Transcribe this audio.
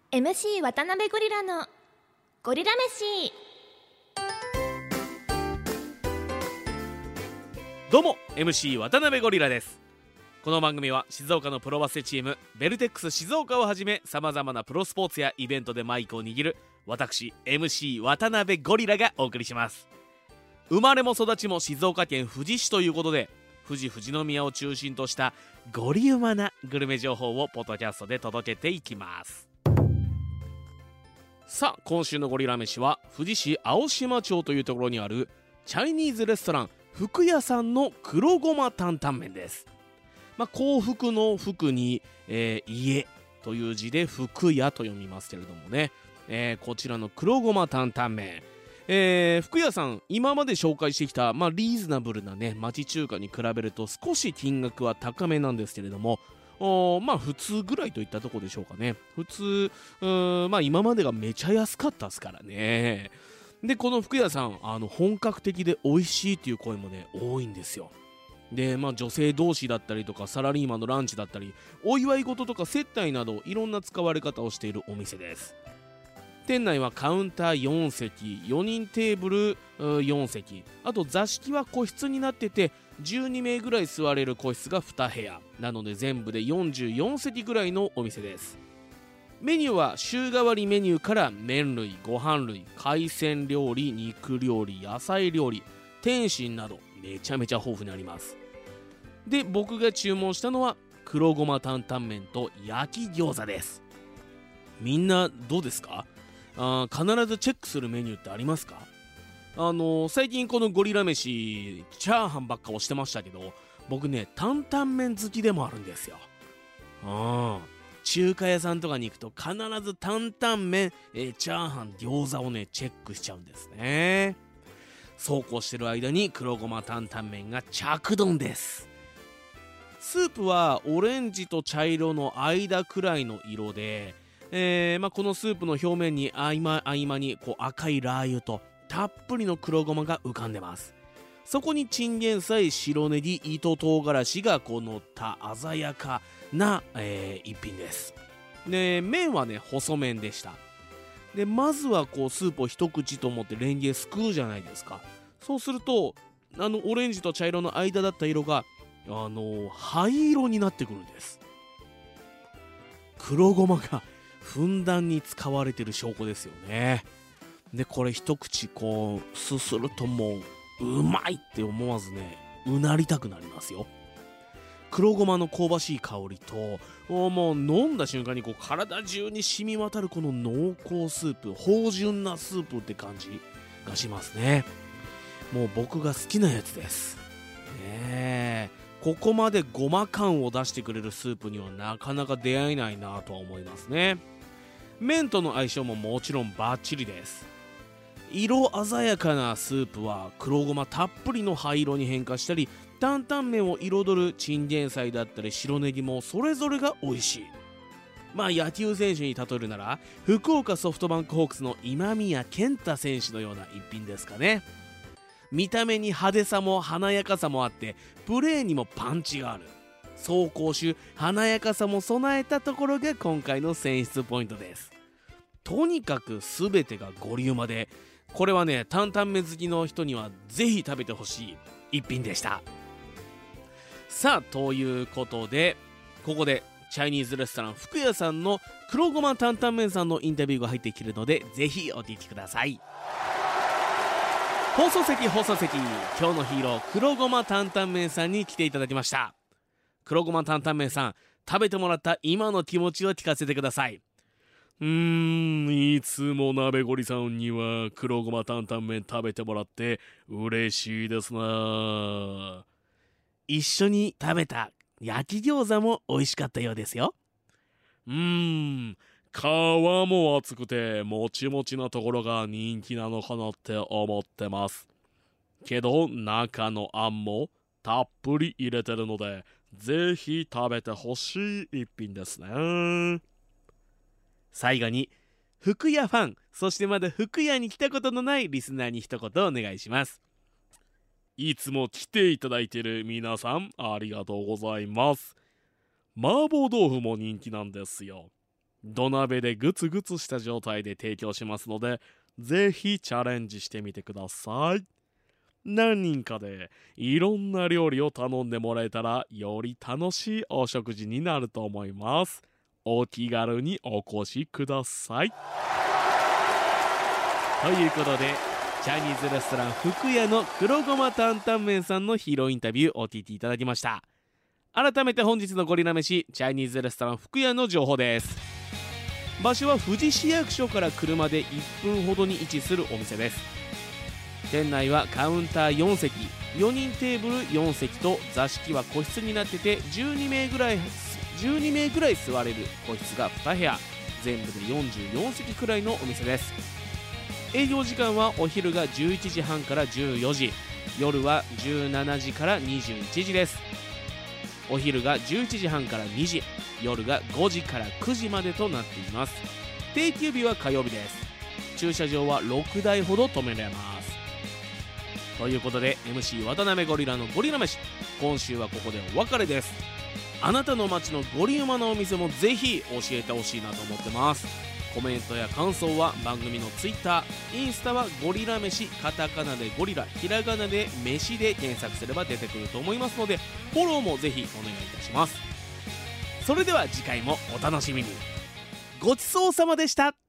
MC 渡辺ゴリラのゴリラ飯。 どうも MC 渡辺ゴリラです。この番組は静岡のプロバスケチームベルテックス静岡をはじめさまざまなプロスポーツやイベントでマイクを握る私 MC 渡辺ゴリラがお送りします。生まれも育ちも静岡県富士市ということで、富士宮を中心としたゴリウマなグルメ情報をポッドキャストで届けていきます。さあ、今週のゴリラ飯は富士市青島町というところにあるチャイニーズレストラン福屋さんの黒ごま担々麺です。幸福の福に、家という字で福屋と読みますけれどもね、こちらの黒ごま担々麺、福屋さん今まで紹介してきた、リーズナブルなね町中華に比べると少し金額は高めなんですけれども、普通ぐらいといったところでしょうかね。普通今までがめちゃ安かったですからね。でこの福屋さん本格的で美味しいっていう声もね多いんですよ。で女性同士だったりとかサラリーマンのランチだったりお祝い事とか接待などいろんな使われ方をしているお店です。店内はカウンター4席4人テーブル4席、あと座敷は個室になってて12名ぐらい座れる個室が2部屋なので全部で44席ぐらいのお店です。メニューは週替わりメニューから麺類、ご飯類、海鮮料理、肉料理、野菜料理、点心などめちゃめちゃ豊富にあります。で僕が注文したのは黒ごま担々麺と焼き餃子です。みんなどうですか？必ずチェックするメニューってありますか？最近このゴリラ飯チャーハンばっか押してましたけど、僕ね担々麺好きでもあるんですよ。中華屋さんとかに行くと必ず担々麺、チャーハン、餃子をねチェックしちゃうんですね。そうこうしてる間に黒ごま担々麺が着丼です。スープはオレンジと茶色の間くらいの色で、このスープの表面に合間に赤いラー油とたっぷりの黒ごまが浮かんでます。そこにチンゲン菜、白ネギ、糸唐辛子が乗った鮮やかな、一品です。で麺はね細麺でした。でまずはスープを一口と思ってレンゲすくうじゃないですか。そうするとオレンジと茶色の間だった色が灰色になってくるんです。黒ごまがふんだんに使われてる証拠ですよね。でこれ一口すするともううまいって思わずねうなりたくなりますよ。黒ごまの香ばしい香りともう飲んだ瞬間に体中に染み渡るこの濃厚スープ、芳醇なスープって感じがしますね。もう僕が好きなやつですね。ここまでごま感を出してくれるスープにはなかなか出会えないなとは思いますね。麺との相性ももちろんバッチリです。色鮮やかなスープは黒ごまたっぷりの灰色に変化したり、担々麺を彩るチンゲン菜だったり白ネギもそれぞれが美味しい。野球選手に例えるなら福岡ソフトバンクホークスの今宮健太選手のような一品ですかね。見た目に派手さも華やかさもあってプレーにもパンチがある、走攻守華やかさも備えたところが今回の選出ポイントです。とにかく全てがゴリウマで、これはね担々麺好きの人にはぜひ食べてほしい一品でした。さあということでここでチャイニーズレストラン福屋さんの黒ごま担々麺さんのインタビューが入ってきているのでぜひお聞きください。放送席今日のヒーロー黒ごま担々麺さんに来ていただきました。黒ごま担々麺さん、食べてもらった今の気持ちを聞かせてください。いつも鍋ゴリさんには黒ごま担々麺食べてもらって嬉しいですな。一緒に食べた焼き餃子も美味しかったようですよ。皮も厚くてもちもちなところが人気なのかなって思ってますけど、中のあんもたっぷり入れてるのでぜひ食べてほしい一品ですね。最後に福屋ファン、そしてまだ福屋に来たことのないリスナーに一言お願いします。いつも来ていただいている皆さんありがとうございます。麻婆豆腐も人気なんですよ。 土鍋でグツグツした状態で提供しますので、ぜひチャレンジしてみてください。何人かでいろんな料理を頼んでもらえたらより楽しいお食事になると思います。お気軽にお越しください。ということで、チャイニーズレストラン福屋の黒ごま担々麺さんのヒーローインタビューをお聞きいただきました。改めて本日のゴリラ飯、チャイニーズレストラン福屋の情報です。場所は富士市役所から車で1分ほどに位置するお店です。店内はカウンター4席、4人テーブル4席と座敷は個室になってて12名ぐらい座れる個室が2部屋、全部で44席くらいのお店です。営業時間はお昼が11時半から14時、夜は17時から21時です。お昼が11時半から2時、夜が5時から9時までとなっています。定休日は火曜日です。駐車場は6台ほど止められます。ということで MC 渡辺ゴリラのゴリラ飯、今週はここでお別れです。あなたの街のゴリウマのお店もぜひ教えてほしいなと思ってます。コメントや感想は番組の Twitter、インスタはゴリラ飯、カタカナでゴリラ、ひらがなで飯で検索すれば出てくると思いますので、フォローもぜひお願いいたします。それでは次回もお楽しみに。ごちそうさまでした。